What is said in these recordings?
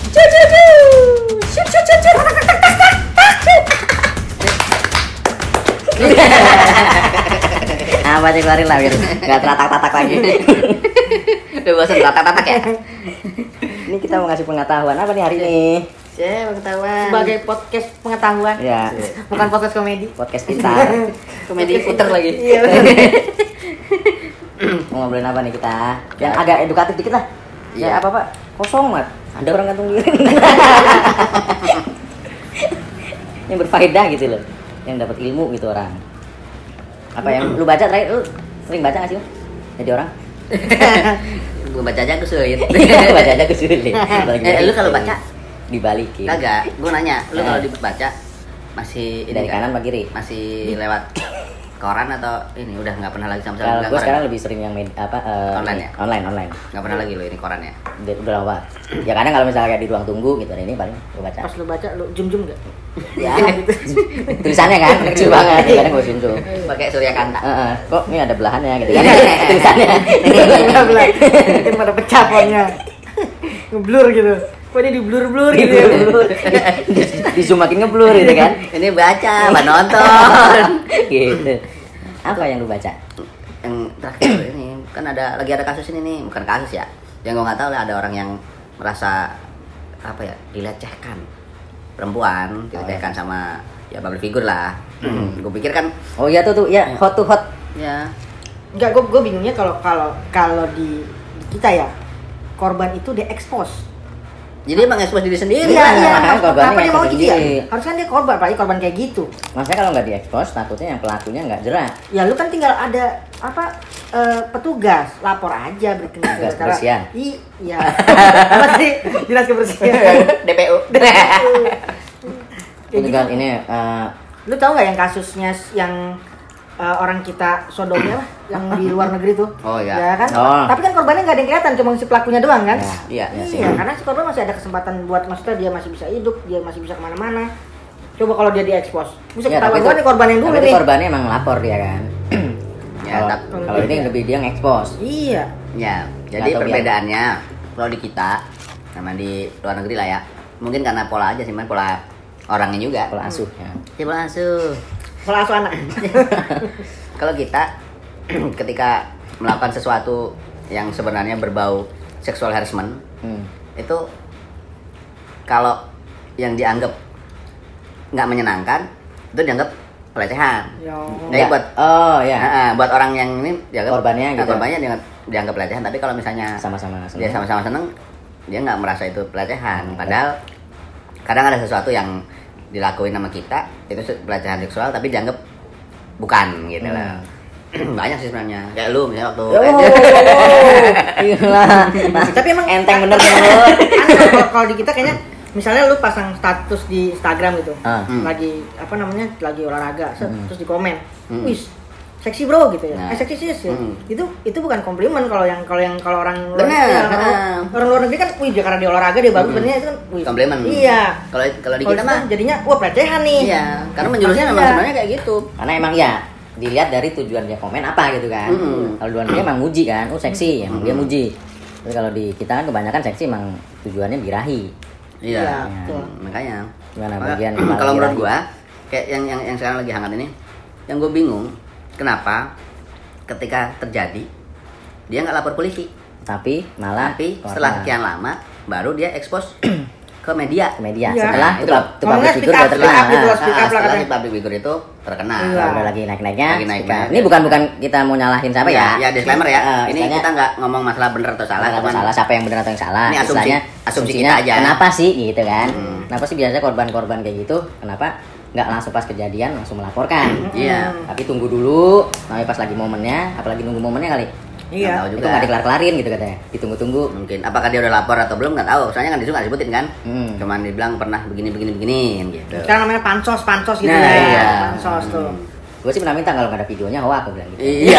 Apa sih keluarin lah gitu. Enggak teratak-tatak lagi. Udah bosan teratak-tatak ya? Ini kita mau ngasih pengetahuan apa nih hari ini? Pengetahuan. Sebagai podcast pengetahuan. Ya, Bukan podcast komedi. podcast kita. Komedi puter lagi. Iya. Mau ngobrolin apa nih kita? Yang agak edukatif dikit lah. Ya Iya. apa Pak? Kosong banget. Ada orang gantung diri. Yang berfaedah gitu loh. Yang dapat ilmu gitu orang. Apa yang lu baca terakhir? Lu sering baca nggak sih? Jadi orang? Gue baca aja gue sulit. Baca aja kesulit. Lu kalau baca dibalikin. kagak, gue nanya, lu kalau dibaca masih ini Dari nggak? kanan apa kiri? Masih lewat koran atau ini udah nggak pernah lagi sama sekali? Kalau Nggak gue koran? sekarang lebih sering yang Online ya? Online. Nggak pernah lagi lo ini koran ya? Udah lama. Ya kadang kalau misalnya kayak di ruang tunggu gitu, ini paling gue baca. Pas lu baca lu jum-jum enggak? Ya, tulisannya kan kecil banget. Kadang gue suntung. Pakai Surya Kanta. Kok ini ada belahannya gitu kan? Tulisannya. Enggak belah. Mungkin pada pecah fonnya. Ngeblur gitu. Kok ini di-blur-blur gitu ya. Di zoom makin ngeblur gitu kan? Ini baca, apa nonton? Gitu. Apa yang lu baca? Yang terakhir ini kan lagi ada kasus ini nih, bukan kasus ya? Yang gue nggak tahu lah, ada orang yang merasa apa ya, dilecehkan, perempuan dilecehkan sama ya public figure lah. Gue pikir kan Oh iya tuh ya hot to hot. ya Enggak, gue bingungnya kalau di kita ya korban itu diekspos. jadi emang ekspos diri sendiri. Iya. makanya korbannya Kenapa dia mau ngekspos gitu ya? sendiri. Harusnya kan dia korban, apalagi korban kayak gitu. Maksudnya kalau nggak diekspos, takutnya yang pelakunya nggak jerak. Ya lu kan tinggal ada petugas, lapor aja berikan Petugas kebersihan. Iya. Apa sih? Dinas kebersihan. DPU. Kayak Itu kan gitu. ini Lu tahu nggak yang kasusnya yang orang kita sodomnya lah, yang di luar negeri tuh? Oh, iya. Ya kan? Oh. Tapi kan korbannya nggak ada yang kelihatan, cuma si pelakunya doang kan? Ya, Iya. sih. Iya, karena si korban masih ada kesempatan buat, maksudnya dia masih bisa hidup, dia masih bisa kemana-mana. Coba kalau dia diekspos, bisa Ya, ketahuan tapi gua nih korban yang dulu tapi itu nih. korbannya emang lapor dia kan. Ya, Kalau ini lebih dia ngekspos. Iya. Ya, jadi Nggak tahu perbedaannya kalau di kita sama di luar negeri lah ya. Mungkin karena pola aja sih, man, pola orangnya juga. Pola asuh ya. Ya, pola asuh. Kalau asuh anak. Kalau kita ketika melakukan sesuatu yang sebenarnya berbau sexual harassment, itu kalau yang dianggap nggak menyenangkan itu dianggap pelecehan. Ya. Jadi buat buat orang yang ini dianggap Korbannya gitu. korbannya dianggap pelecehan. Tapi kalau misalnya Sama-sama dia sama-sama seneng, dia nggak merasa itu pelecehan. Padahal kadang ada sesuatu yang dilakuin sama kita itu pelecehan seksual tapi dianggap bukan gitu lah. Banyak sih sebenarnya. Kayak lu misalnya waktu Gila. Tapi emang enteng bener aneh lu. kalau di kita kayaknya misalnya lu pasang status di Instagram gitu. Lagi lagi olahraga, terus di komen. Wis, seksi bro gitu ya. Nah. Seksi sis ya. Itu bukan komplimen kalau orang luar Bener, negeri. Orang luar negeri kan wih dia karena dia olahraga dia bagus sebenarnya itu kan wih. komplimen. Iya. Kalau di Kalau kita itu mah jadinya wah pelecehan nih. iya, karena menjurusnya memang Iya. sebenarnya kayak gitu. Karena emang ya dilihat dari tujuan dia komen apa gitu kan. Kalau luar negeri emang muji kan, seksi, emang dia muji. Tapi kalau di kita kan kebanyakan seksi emang tujuannya birahi. Iya. Iya, betul. Makanya. Gimana Maka, bagian kalau menurut birahi? gua kayak yang sekarang lagi hangat ini, yang gua bingung kenapa ketika terjadi dia nggak lapor polisi, Tapi malah tapi setelah sekian lama baru dia ekspos ke media. media Iya. setelah Itu. tuh Ngomongnya public figure speak udah up, terkenal. speak up gitu loh. Nah, Speak up lah Setelah katanya. si public figure itu terkenal. Iya. udah lagi naik-naiknya. Lagi naik-naik. Ini bukan kita mau nyalahin siapa ya. Ya disclaimer ya. Ini istilahnya kita nggak ngomong masalah benar atau salah, salah, cuman salah siapa yang benar atau yang salah. Ini asumsi- Istilahnya asumsi asumsinya kita aja. kenapa sih gitu kan? Kenapa sih biasanya korban-korban kayak gitu? Kenapa nggak langsung pas kejadian langsung melaporkan? Iya. Tapi tunggu dulu, sampai pas lagi momennya, apalagi nunggu momennya kali. Nggak Iya. tahu Itu juga. nggak dikelar-kelarin gitu katanya. Ditunggu-tunggu. Mungkin apakah dia udah lapor atau belum nggak tahu. Soalnya kan di situ nggak disebutin kan. Cuman dibilang pernah begini gitu. Sekarang namanya pansos gitu Nah, ya. iya. Pansos tuh. Gue sih pernah minta kalau nggak ada videonya, hoa aku bilang gitu. Iya.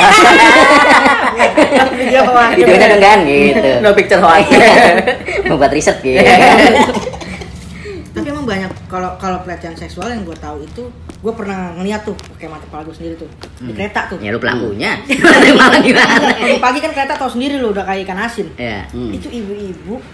Video hoax. Videonya dong kan gitu. No picture hoax. Membuat riset gitu. Tapi emang banyak kalau pelecehan seksual yang gue tahu itu, gue pernah ngeliat tuh pakai mata kepala gue sendiri tuh di kereta tuh. Ya lu pelakunya. Malah gimana? Pagi-pagi kan kereta tahu sendiri lo udah kayak ikan asin. Ya. Itu ibu-ibu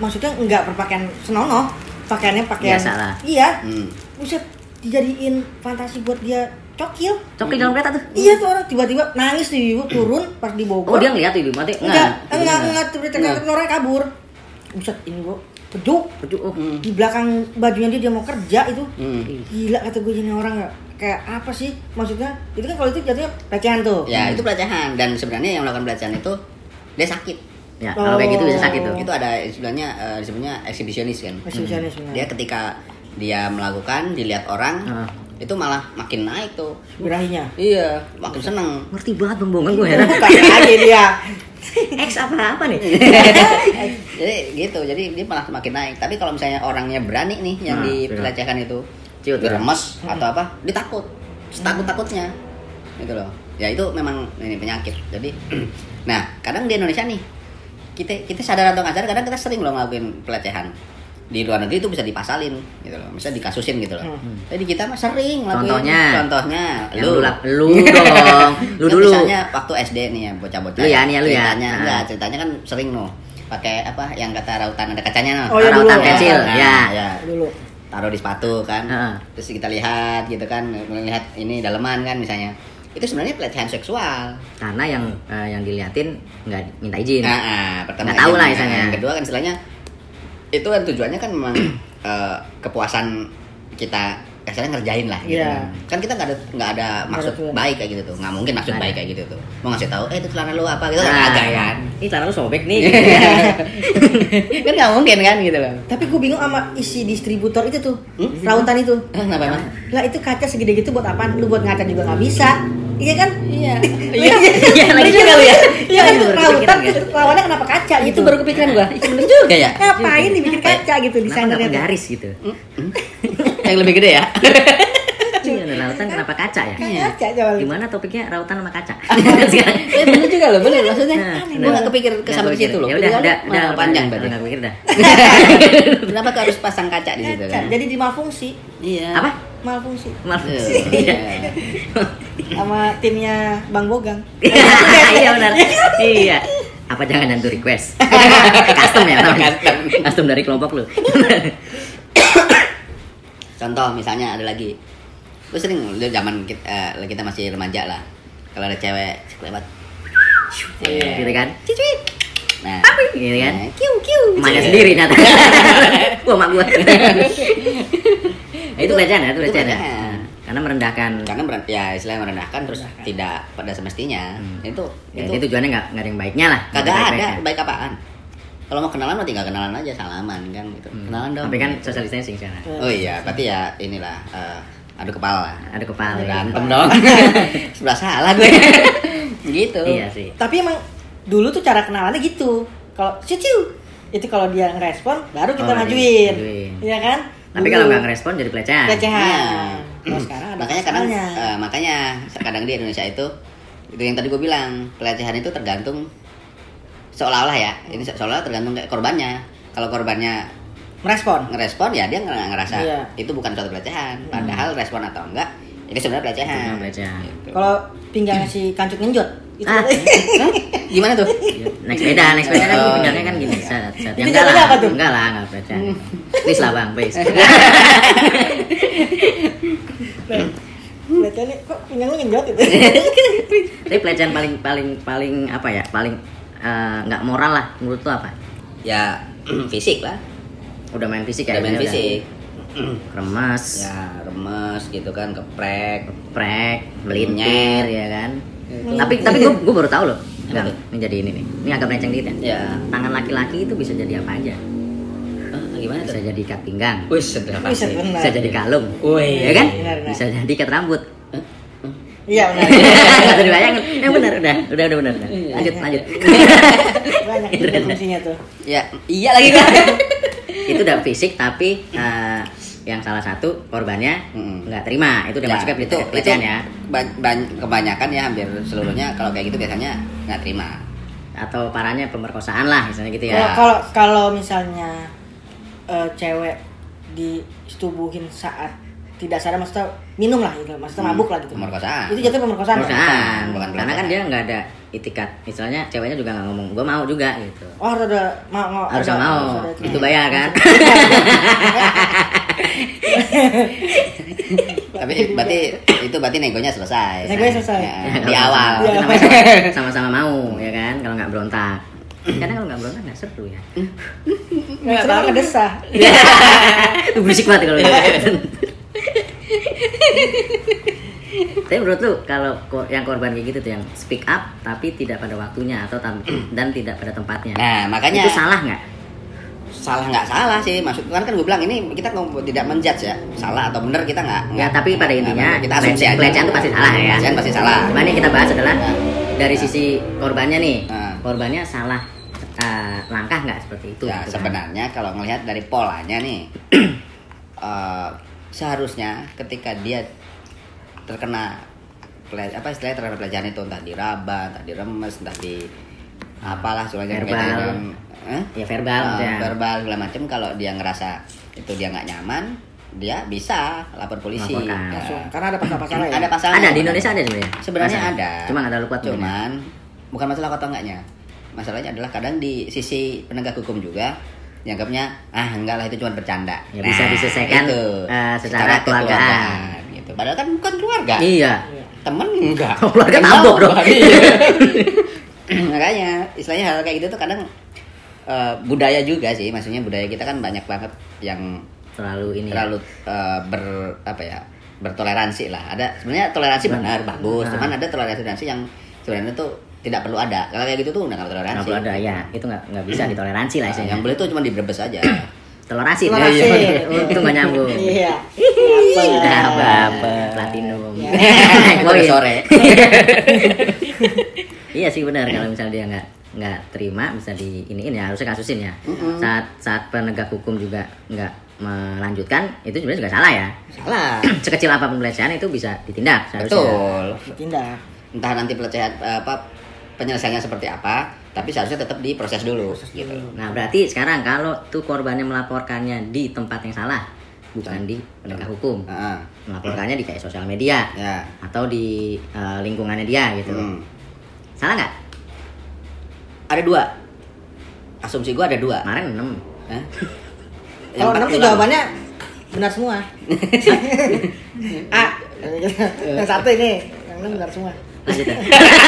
maksudnya nggak berpakaian senonoh, pakaiannya pakaian biasa lah. Iya. Buset, dijadiin fantasi buat dia cokil dalam kereta tuh. Iya tuh orang tiba-tiba nangis di ibu turun pas di Bogor. Oh dia ngeliat tuh ibu mati? Enggak orang kabur. Buset ini gua pejuk. Di belakang bajunya dia mau kerja itu. Gila kata gue, ini orang nggak kayak apa sih maksudnya? Itu kan kalau itu jatuhnya pelecehan tuh. Ya itu pelecehan, dan sebenarnya yang melakukan pelecehan itu dia sakit. Ya kalau kayak gitu bisa sakit tuh. Itu ada istilahnya disebutnya eksibisionis kan. Eksibisionis. Dia ketika dia melakukan dilihat orang itu malah makin naik tuh birahinya. Iya, makin seneng. Ngerti banget pembongan gue heran. Kayak aja dia. X apa nih? Jadi gitu, jadi dia malah semakin naik. Tapi kalau misalnya orangnya berani nih yang dipelecehkan itu, remes atau apa, dia takut, takutnya, gitu loh. Ya itu memang ini penyakit. Jadi, nah kadang di Indonesia nih, kita sadar atau nggak sadar, kadang kita sering loh ngelakuin pelecehan. Di luar negeri itu bisa dipasalin gitu loh, misalnya dikasusin gitu loh. Jadi kita mah sering ngelakuin. Contohnya lu dong. Lu dulu. Misalnya waktu SD nih ya, bocah-bocah. Lu ya. Ceritanya kan sering no pakai apa yang kata rautan ada kacanya no. Oh, ya, rautan dulu. pensil. Ya. Dulu. Taruh di sepatu kan. Terus kita lihat gitu kan, melihat ini daleman kan misalnya. Itu sebenarnya pelecehan seksual. Karena yang diliatin nggak minta izin. Pertama nggak tahu lah misalnya. Yang kedua kan istilahnya itu kan tujuannya kan memang kepuasan kita kasarnya ngerjain lah gitu. Kan kita nggak ada maksud baik kayak gitu tuh, nggak mungkin maksud baik kayak gitu tuh, mau ngasih tahu itu celana lu apa gitu kan agak kan, celana lu sobek nih. Kan nggak mungkin kan gitu loh. Tapi gue bingung sama isi distributor itu tuh, rautan itu. Kenapa emang? Lah itu kaca segede gitu buat apaan? Lu buat ngaca juga nggak bisa. Iya kan? Iya. Lagi juga lu ya. Iya kan, rautan lawannya kenapa kaca gitu? Itu baru kepikiran gua. Bener juga ya. Ngapain dibikin kaca gitu desainernya? Kenapa garis gitu? Yang lebih gede ya. Rautan kenapa kaca ya? Kaca coba. Gimana topiknya rautan sama kaca? Bener juga loh, bener maksudnya. Gua nggak kepikir kesana situ loh. Ya udah panjang berarti. Nggak pikir dah. Kenapa harus pasang kaca di situ kan? Jadi dimalfungsi. Iya. Apa? Malfungsi. Iya. Sama timnya Bang Bogang. Iya benar. Iya. Apa jangan nyantu request? Custom ya, custom dari kelompok lu. Contoh misalnya ada lagi, lu sering lu zaman kita masih remaja lah, kalau ada cewek lewat, gitu kan? Cuit. Nah, gitu kan? Kiu. Emaknya sendiri nyata. Gua mak gua. Itu pelecehan ya, karena merendahkan. Ya istilahnya merendahkan terus tidak pada semestinya. Itu tujuannya nggak ada yang baiknya lah. Kagak ada baik apaan. Kalau mau kenalan mah tinggal kenalan aja, salaman kan gitu. Kenalan dong. Tapi kan social distancing sekarang. Oh iya, berarti ya inilah adu kepala. Berantem dong. Sebelah salah gue. Gitu. Iya sih. Tapi emang dulu tuh cara kenalannya gitu. Kalau ciu itu kalau dia ngerespon baru kita majuin. Iya kan? Tapi kalau nggak ngerespon jadi pelecehan. Kalau sekarang ada makanya kadang di Indonesia itu yang tadi gue bilang, pelecehan itu tergantung seolah-olah ya. Ini seolah-olah tergantung kayak korbannya. Kalau korbannya ngerespon ya dia ngerasa itu bukan suatu pelecehan. Padahal respon atau enggak itu sebenarnya pelecehan. Gitu. Kalau pinggangnya si kancut ngenjot itu gimana tuh? Naik sepeda kan pinggangnya kan gini. Saat yang enggak lah, enggak pelecehan. Please lah Bang, please. Pelecehan kok pinggang lu ngenjot itu. Tapi pelecehan paling apa ya? Paling nggak moral lah menurut lu apa? Ya fisik lah. Udah main fisik ya? Udah main fisik. Remes. Ya remes gitu kan, keprek, melintir ya kan. Tapi gue baru tahu loh. Ini jadi ini nih. Ini agak melenceng dikit ya. Tangan laki-laki itu bisa jadi apa aja? Gimana tuh? Bisa jadi ikat pinggang. Bisa jadi kalung. Ya kan? Bisa jadi ikat rambut. Iya benar. Enggak tadi bayangin. Benar, udah benar. Lanjut. Banyak fungsinya tuh. Ya, iya lagi kan. Itu udah fisik tapi yang salah satu korbannya nggak terima. Itu udah masuknya pelecehan ya. Kebanyakan ya hampir seluruhnya kalau kayak gitu biasanya nggak terima. Atau parahnya pemerkosaan lah misalnya gitu ya. Kalau misalnya cewek disetubuhin saat tidak sadar maksudnya minum lah gitu, maksudnya mabuk lah gitu. Pemerkosaan. Itu jatuh pemerkosaan. Bukan Karena kan dia nggak ada itikat, istilahnya ceweknya juga nggak ngomong gue mau juga gitu. Oh harus ada mau. Harus mau. Itu bayar kan. Tapi berarti negonya selesai. Negonya selesai. Ya, di awal. Itu namanya sama-sama mau ya kan, kalau nggak berontak. Karena kalau nggak berontak nggak seru ya. Nggak seru ngedesah. Itu berisik banget kalau gitu. Tapi menurut lu kalau yang korban kayak gitu tuh yang speak up tapi tidak pada waktunya atau dan tidak pada tempatnya. Nah, makanya itu salah nggak? Salah nggak salah sih, maksud kan gue bilang ini kita tidak menjudge ya salah atau benar, kita nggak. Ya tapi pada intinya kita asumsi aja. Pelecehan itu pasti salah ya. Pelecehan pasti salah. Cuman yang kita bahas adalah dari sisi korbannya nih. Korbannya salah langkah nggak seperti itu? Ya gitu sebenarnya kan? Kalau ngelihat dari polanya nih, seharusnya ketika dia terkena istilahnya terhadap pelecehan itu, entah diraba, entah diremes, entah di apalah soalnya verbal. Ya verbal segala macam, kalau dia ngerasa itu dia nggak nyaman, dia bisa lapor polisi. Karena ada pasal-pasalnya ya? Ada pasalnya. Ada di Indonesia ada sebenarnya ada. Cuma ada lupa tuh. Cuman bukan masalah atau enggaknya. Masalahnya adalah kadang di sisi penegak hukum juga dianggapnya enggak lah itu cuma bercanda. Ya bisa diselesaikan secara kekeluargaan gitu. Padahal kan bukan keluarga. Iya. Temen enggak. Keluarga tabok dong. Makanya istilahnya hal kayak gitu tuh kadang budaya juga sih, maksudnya budaya kita kan banyak banget yang terlalu bertoleransi lah. Ada sebenarnya toleransi benar bagus, cuman ada toleransi yang sebenarnya tuh tidak perlu ada. Kalau kayak gitu tuh udah nggak toleransi. Nggak perlu ada ya, itu nggak bisa ditoleransi lah istilahnya. Yang boleh tuh cuma dibrebes aja. Toleransi. Itu nggak nyambung. Iya. Apa platinum. Boleh sore. Iya sih benar, kalau misalnya dia nggak terima bisa diiniin ya, harusnya kasusin ya. Saat penegak hukum juga nggak melanjutkan, itu sebenarnya juga salah ya. Salah. Sekecil apapun pelecehan itu bisa ditindak seharusnya. Betul. Ditindak. Entah nanti pelecehan penyelesaiannya seperti apa, tapi seharusnya tetap diproses dulu gitu. Nah, berarti sekarang kalau tuh korbannya melaporkannya di tempat yang salah, bukan di penegak hukum. Melaporkannya di kayak sosial media ya, atau di lingkungannya dia gitu. Salah nggak? Ada 2. Asumsi gua ada 2. Kemarin 6. Kalau 6 tuh jawabannya benar semua. Yang satu ini, yang 6 benar semua. Lanjut ya.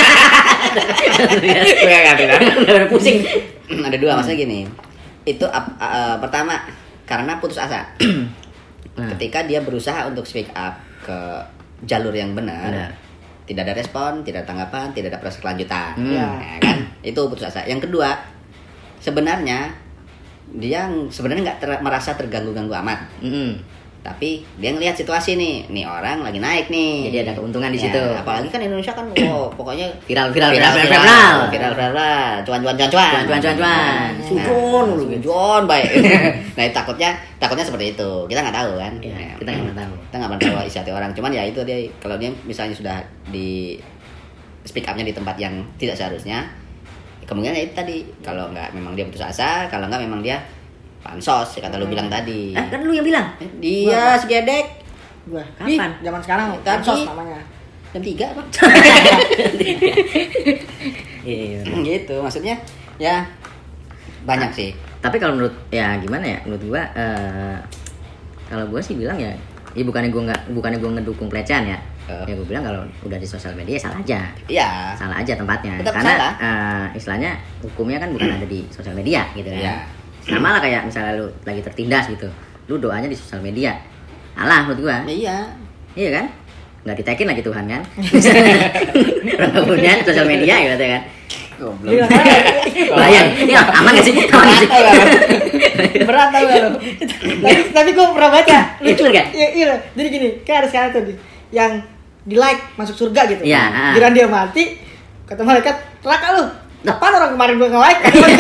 Udah pusing. Ada 2, maksudnya gini. Itu pertama karena putus asa. Ketika dia berusaha untuk speak up ke jalur yang benar. Tidak ada respon, tidak ada tanggapan, tidak ada proses kelanjutan. Ya kan? Itu putus asa. Yang kedua, sebenarnya dia sebenarnya nggak merasa terganggu-ganggu amat. Tapi dia ngelihat situasi nih orang lagi naik nih. Jadi ada keuntungan di situ. Apalagi kan Indonesia kan pokoknya viral. Sujon baik. Nah, takutnya seperti itu. Kita nggak tahu kan. Ya, kita nggak tahu. Kita nggak pernah tahu isi hati orang. Cuman ya itu dia, kalau dia misalnya sudah di speak up-nya di tempat yang tidak seharusnya, kemungkinan itu tadi, kalau nggak memang dia putus asa, kalau nggak memang dia pansos, kata lu bilang tadi. Kan lu yang bilang. Dia segedek. Gua. Kapan? Zaman sekarang pansos namanya. Jam 3 Bang. Iya. Gitu, maksudnya ya banyak sih. Tapi kalau menurut gimana ya? Menurut gua kalau gua sih bilang ya bukannya gua ngedukung pelecehan ya. Ya gua bilang kalau udah di sosial media salah aja. Iya. Salah aja tempatnya. Tetap karena salah. Istilahnya hukumnya kan bukan ada di sosial media gitu kan. Iya. Sama lah kayak misalnya lu lagi tertindas gitu, lu doanya di sosial media, salah menurut gua. Iya kan, nggak ditekin lagi Tuhan kan. Orang punya sosial media gitu kan. Goblok. Bayang, ini aman gak sih? Berat tau gak lo? Tapi gue pernah baca. Lucu gak? Iya. Jadi gini, kan ada sekarang tuh yang di like masuk surga gitu. Iya. Giliran dia mati, kata malaikat, "Neraka lu. Kapan orang kemarin gue nge-like?"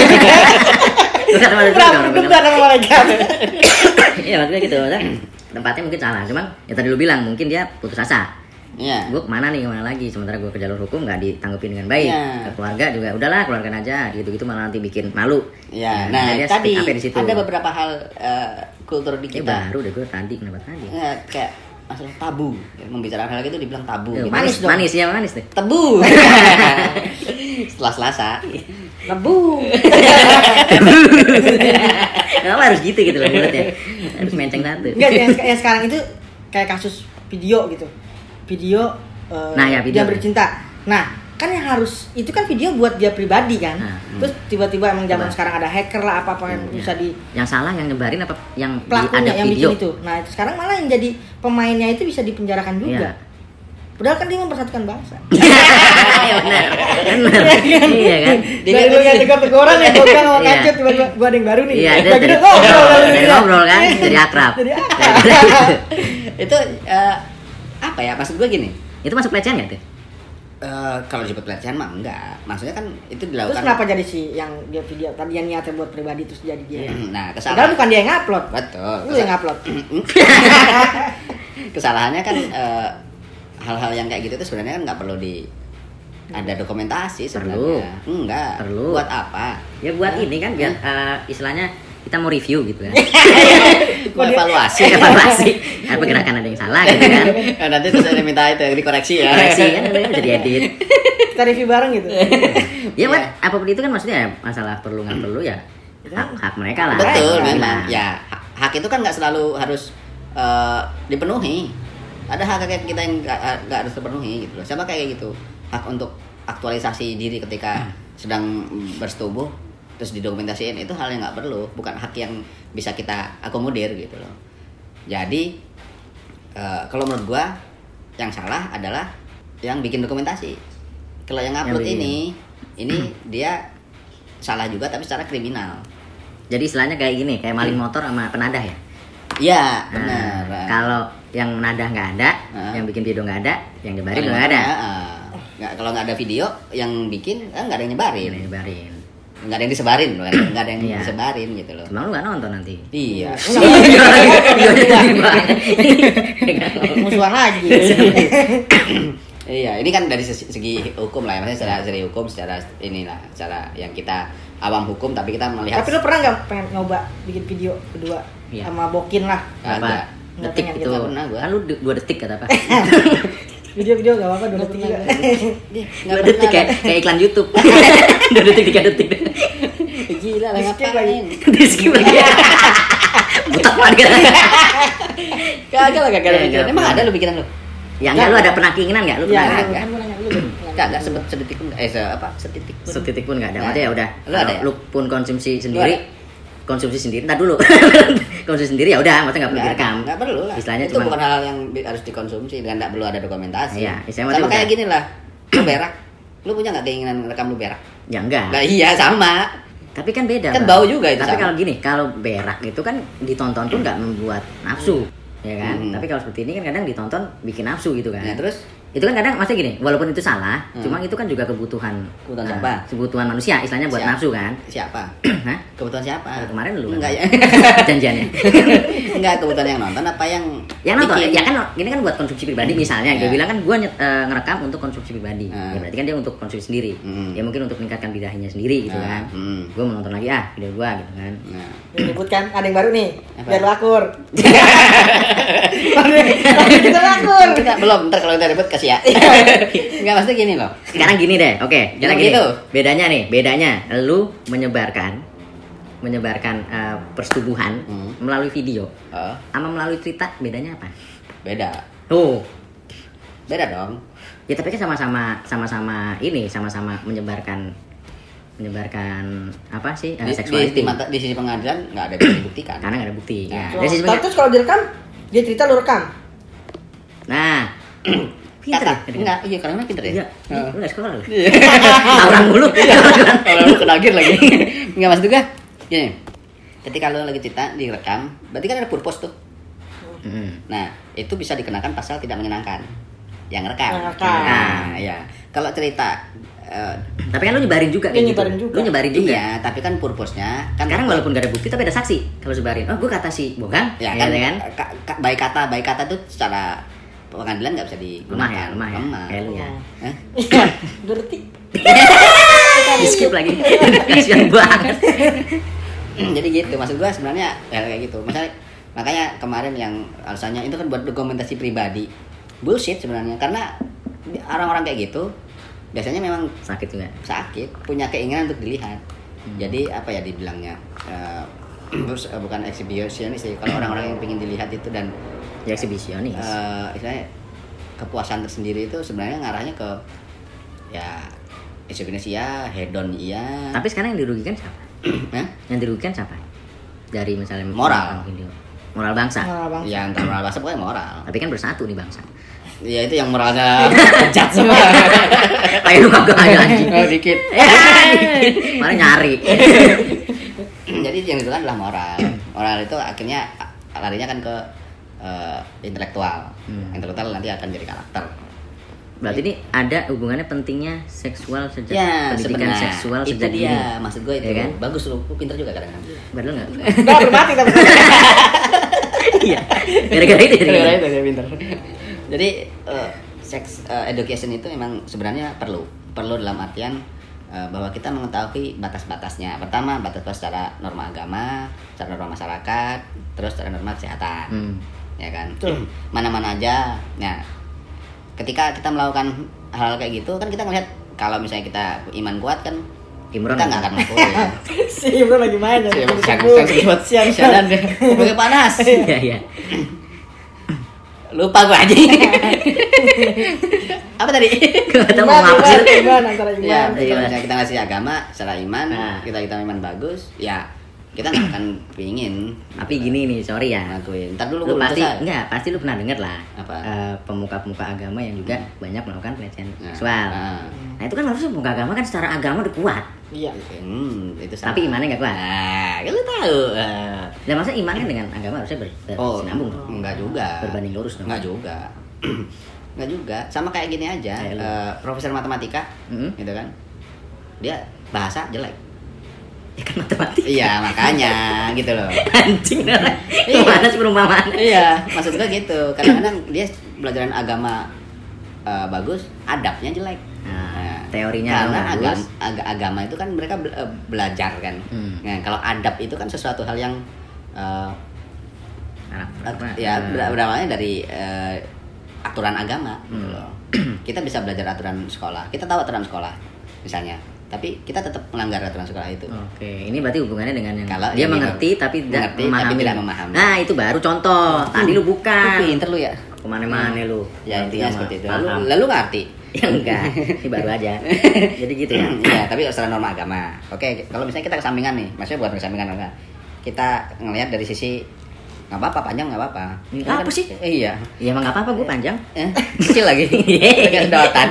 Berapa sama malaikat? Iya maksudnya gitu, tempatnya mungkin salah, cuman ya tadi lu bilang mungkin dia putus asa. Iya. Gue kemana lagi, sementara gue ke jalur hukum nggak ditanggupin dengan baik. Ke keluarga juga udahlah keluarkan aja, gitu malah nanti bikin malu. Iya. Nah tadi ada beberapa hal kultur di kita. Baru deh gue tadi kenapa tadi? Kayak masalah tabu. Membicarakan hal itu dibilang tabu. Gitu. Manis deh. Tebu. Setelah Selasa. Lebu. Kenapa harus gitu loh mulutnya? Harus menceng satu. Enggak, yang sekarang itu kayak kasus video gitu. Video, Video dia bercinta. Nah, kan yang harus itu kan video buat dia pribadi kan. Terus tiba-tiba emang zaman sekarang ada hacker lah apa yang bisa di yang salah yang nyebarin apa yang pelakunya ada yang video bikin itu. Nah, itu sekarang malah yang jadi pemainnya itu bisa dipenjarakan juga. Padahal kan dia mempersatukan bangsa. Iya benar. Iya kan. Dari lu yang tiga orang yang bogang sama kacut tiba-tiba gua ada yang baru nih. Iya, Dari ngobrol kan, jadi akrab. Itu apa ya? Maksud gue gini. Itu masuk pelecehan nggak tuh? Kalau disebut pelecehan mah enggak. Maksudnya kan itu dilakukan. Terus kenapa jadi yang dia video tadi yang niatnya buat pribadi terus jadi dia? Nah, Padahal bukan dia yang ngupload. Betul. Lu yang ngupload. Kesalahannya kan hal-hal yang kayak gitu tuh sebenarnya kan nggak perlu ada dokumentasi sebenarnya. Enggak. Perlu. Buat apa? Ya buat ini kan biar istilahnya kita mau review gitu kan. Mau evaluasi. Apa gerakan ada yang salah gitu kan. Nanti terus ada minta itu dikoreksi ya. Koreksi kan jadi edit. Kita review bareng gitu. Ya buat apapun itu kan maksudnya masalah perlu nggak perlu ya hak mereka lah. Betul memang. Ya hak itu kan nggak selalu harus dipenuhi. Ada hak kita yang nggak harus terpenuhi gitu loh. Sama kayak gitu. Hak untuk aktualisasi diri ketika sedang bersetubuh terus didokumentasiin itu hal yang nggak perlu, bukan hak yang bisa kita akomodir gitu loh. Jadi kalau menurut gua yang salah adalah yang bikin dokumentasi. Kalau yang upload ini dia salah juga tapi secara kriminal. Jadi istilahnya kayak gini, kayak maling motor sama penadah ya? Iya, benar. Kalau yang menadah nggak ada, yang bikin video nggak ada, yang nyebarin nggak ada. Kalau nggak ada video yang bikin, nggak ada yang nyebarin. Nggak ada yang disebarin, nggak ada yang disebarin gitu loh. Cuma lu nggak nonton nanti. Iya. Musuhan lagi. Iya, ini kan dari segi hukum lah ya, maksudnya secara segi hukum, secara inilah, secara yang kita awam hukum, tapi kita melihat. Tapi lu pernah nggak pengen nyoba bikin video kedua sama Bokin lah? Ada. Detik itu. Kan lu 2 detik kata apa? Video nggak apa-apa 2 detik juga. 2 detik kayak iklan YouTube. 2 detik 3 detik. Gila lah ngapain? Di skip lagi. Butak banget. Kagak ada pikiran. Emang ada lu pikiran lu? Ya enggak, lu ada pernah keinginan enggak? Lu pernah enggak? Enggak sedetik pun sedetik pun enggak ada. Maksudnya ya udah. Lu ada ya? Lu pun konsumsi sendiri. Entar dulu. Konsumsi sendiri ya udah, maksudnya enggak perlu direkam. Enggak perlu lah. Istilahnya itu bukan hal yang harus dikonsumsi dan enggak perlu ada dokumentasi. Iya, sama kayak gini lah. Lu berak. Lu punya enggak keinginan rekam lu berak? Ya enggak. Nah, iya sama. Tapi kan beda. Kan bau juga itu. Tapi kalau gini, kalau berak itu kan ditonton tuh enggak membuat nafsu. Ya kan, tapi kalau seperti ini kan kadang ditonton bikin nafsu gitu kan. Ya, terus itu kan kadang maksudnya gini, walaupun itu salah, cuma itu kan juga kebutuhan siapa? Kebutuhan manusia, istilahnya buat nafsu kan. Siapa? Hah? Kebutuhan siapa? Kemarin lu enggak ya. Janjiannya. Enggak, kebutuhan yang nonton apa yang nonton? Ya kan ini kan buat konsumsi pribadi misalnya. Dia bilang kan gua ngerekam untuk konsumsi pribadi. Ya berarti kan dia untuk konsumsi sendiri. Ya mungkin untuk meningkatkan bidahnya sendiri gitu kan. Gua mau nonton lagi video gua gitu kan. Ribut kan, ada yang baru nih. Biar lu akur. Kita akur. Belum, ntar kalau udah ribut kasih ya. Enggak, maksudnya gini loh. Sekarang gini deh, oke. Sekarang gini. Gitu. Bedanya lu menyebarkan persetubuhan melalui video sama melalui cerita, bedanya apa? Beda. Beda dong. Ya tapi kan sama-sama menyebarkan apa sih seksualitas di sisi pengadilan nggak ada bisa dibuktikan karena nggak ada bukti. Ya. Terus kalau direkam dia cerita lu rekam. Nah, pinter enggak, iya karena pinter ya. Lu nggak sekolah lu. Orang mulu. Orang lu kenagir lagi. Enggak, maksud gue gini. Ketika lu lagi cerita direkam, berarti kan ada purpose tuh. Nah, itu bisa dikenakan pasal tidak menyenangkan. Yang rekam. Nah, ya. Kalau cerita tapi kan lu nyebarin juga kayak gitu. Lu nyebarin juga. Iya, tapi kan purpose-nya kan sekarang walaupun gak ada bukti tapi ada saksi. Kalau sebarin, oh gue kata si Bogang, ya kan, baik kata itu secara pengadilan nggak bisa digunakan. Lemah ya. Kayak lu ya. 2 detik. Di skip lagi. Kasian banget. Jadi gitu, maksud gue sebenarnya kayak gitu. Misalnya Makanya kemarin yang alasannya itu kan buat dokumentasi pribadi. Bullshit sebenarnya, karena orang-orang kayak gitu biasanya memang sakit juga. Sakit, punya keinginan untuk dilihat. Jadi apa ya dibilangnya? Terus bukan eksibisionis sih. Kalau orang-orang yang ingin dilihat itu dan ya eksibisionis. Istilahnya kepuasan tersendiri itu sebenarnya ngarahnya ke ya eksibisionis ya, hedon iya. Tapi sekarang yang dirugikan siapa? Yang dirugikan siapa? Dari misalnya moral video. Moral bangsa. Ya entah moral bangsa pokoknya moral. Tapi kan bersatu nih bangsa. Ya itu yang moralnya bejat semua. Kayak lu kagak aja anjing. Oh dikit. Mana nyari. Jadi yang itu kan adalah moral. Moral itu akhirnya larinya kan ke intelektual. Intelektual nanti akan jadi karakter. Berarti ini ada hubungannya pentingnya seksual sejak ya, pendidikan seksual sejak dini. Iya, maksud gue itu ya kan? Bagus lu pintar juga kadang-kadang. Padahal enggak. Enggak bermati tapi. Iya. Gara-gara itu dia pintar. Jadi sex education itu memang sebenarnya perlu dalam artian bahwa kita mengetahui batas-batasnya. Pertama, batas-batas secara norma agama, secara norma masyarakat, terus secara norma kesehatan. Ya kan? Mana-mana aja. Nah, ketika kita melakukan hal kayak gitu kan kita ngelihat kalau misalnya kita iman kuat kan Imron kita nggak akan ngelakuin. Si Imron lagi main ya. Siang pakai panas. Iya. Lupa gue aja. Apa tadi? Kita mau apa sih? Iman antara iman. Ya, kalau misalnya kita ngasih agama secara iman, kita iman bagus, ya kita nggak akan pingin. Tapi gini nih, sorry ya. Ngakuin. Ntar dulu Lu gue pasti lu pernah dengar lah. Apa? Pemuka-pemuka agama yang juga banyak melakukan pelecehan seksual. Nah itu kan harusnya pemuka agama kan secara agama udah kuat. Iya. Itu salah. Tapi imannya nggak kuat. Lu tahu. Dan masa imannya dengan agama harusnya bersinambung? Enggak juga. Berbanding lurus dong. Enggak juga. Enggak juga. Sama kayak gini aja. Profesor matematika, gitu kan. Dia bahasa jelek. Ya kan matematika. Iya, makanya gitu loh. Anjing dah. Gimana sih perumpamaan? Iya, maksud gue gitu. Kadang-kadang dia pelajaran agama bagus, adabnya jelek. Nah, teorinya karena agama itu kan mereka belajar kan. Nah, kalau adab itu kan sesuatu hal yang berawalnya dari aturan agama gitu loh. Kita bisa belajar aturan sekolah. Kita tahu aturan sekolah misalnya. Tapi kita tetap melanggar aturan sekolah itu. Oke, ini berarti hubungannya dengan yang kalau dia mengerti tapi tidak memahami. Nah, itu baru contoh. Tadi lu bukan. Pinter lu ya. Kemana-mana lu. Ya intinya seperti itu. Lalu ngerti? Ya enggak. Ini baru aja. Jadi gitu ya. Iya, tapi secara norma agama. Oke, kalau misalnya kita kesampingan nih, maksudnya buat kesampingan enggak. Kita ngelihat dari sisi nggak apa-apa, panjang nggak apa-apa. Apa sih? Iya. Ya emang nggak apa-apa, gue panjang. Kecil lagi. Kayak sedotan.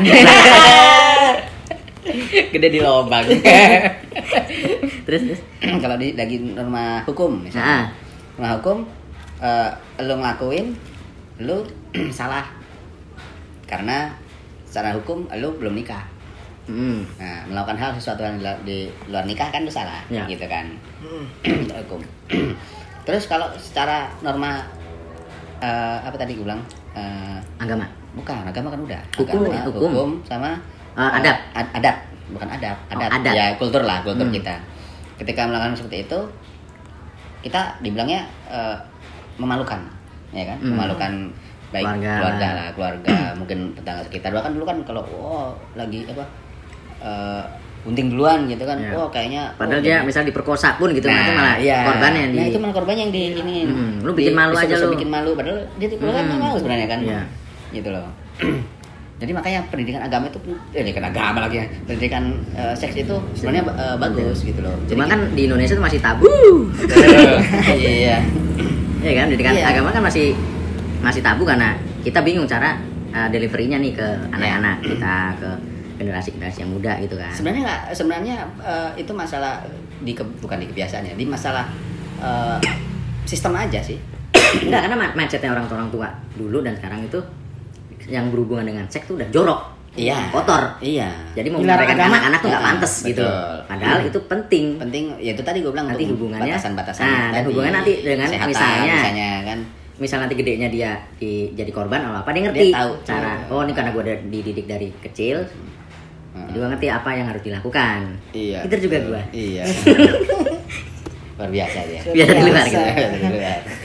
Gede di lubang. terus kalau di lagi norma hukum misalnya. Norma hukum lu ngelakuin lu salah. Karena secara hukum lu belum nikah. Nah, melakukan hal sesuatu yang di luar nikah kan lu salah, gitu kan. Hukum. Terus kalau secara norma apa tadi gue bilang? Agama. Bukan, agama kan udah. Hukum sama adat, bukan adat. adat. Ya kultur kita. Ketika melakukan seperti itu, kita dibilangnya memalukan, ya kan? Memalukan baik keluarga, mungkin tetangga sekitar. Bahkan dulu kan kalau lagi bunting duluan gitu kan, kayaknya. Padahal dia misal diperkosa pun gitu, nanti malah korban yang itu malah korbannya yang di ini. Lu bikin malu aja lu. Bikin malu, padahal dia kan malu sebenarnya kan, gitu loh. Jadi makanya pendidikan agama itu pendidikan agama lagi ya. Pendidikan seks itu sebenarnya bagus gitu loh. Cuma kan di Indonesia itu masih tabu. Iya. Iya kan, pendidikan agama kan masih tabu karena kita bingung cara deliverynya nih ke anak-anak kita, ke generasi yang muda gitu kan. Sebenarnya itu masalah bukan di kebiasaannya, di masalah sistem aja sih. Enggak, karena mindsetnya orang tua dulu dan sekarang itu yang berhubungan dengan seks tuh udah jorok, kotor. Iya. Jadi mau menyerahkan anak-anak tuh nggak pantas gitu. Padahal itu penting. Ya itu tadi gue bilang nanti hubungannya batasan-batasan. Dan hubungan nanti dengan kesehatan, misalnya kan. Misal nanti gedenya dia jadi korban atau apa, dia ngerti dia tahu cara. Oh, ini karena gue udah dididik dari kecil. Jadi gue ngerti apa yang harus dilakukan. Iya. Itu juga gue. Iya. Luar biasa dia. Biasa di luar gitu. Ya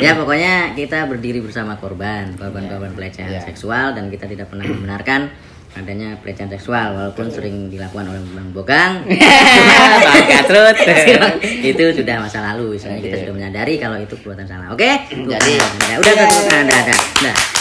Ya pokoknya kita berdiri bersama korban pelecehan seksual dan kita tidak pernah membenarkan adanya pelecehan seksual walaupun sering dilakukan oleh Bang Bogang, Bang Katrut, itu sudah masa lalu. Misalnya kita sudah menyadari kalau itu perbuatan salah. Oke? Jadi udah.